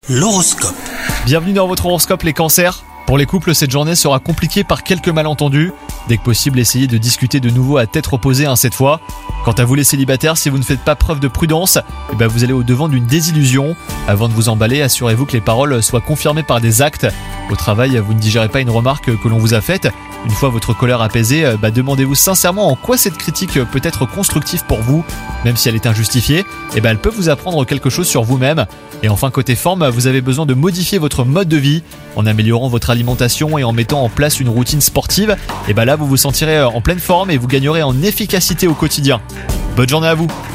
L'horoscope. Bienvenue dans votre horoscope les cancers. Pour les couples, cette journée sera compliquée par quelques malentendus. Dès que possible, essayez de discuter de nouveau à tête reposée cette fois. Quant à vous les célibataires, si vous ne faites pas preuve de prudence, vous allez au-devant d'une désillusion. Avant de vous emballer, assurez-vous que les paroles soient confirmées par des actes. Au travail, vous ne digérez pas une remarque que l'on vous a faite. Une fois votre colère apaisée, demandez-vous sincèrement en quoi cette critique peut être constructive pour vous. Même si elle est injustifiée, elle peut vous apprendre quelque chose sur vous-même. Et enfin, côté forme, vous avez besoin de modifier votre mode de vie en améliorant votre alimentation et en mettant en place une routine sportive. Là, vous vous sentirez en pleine forme et vous gagnerez en efficacité au quotidien. Bonne journée à vous!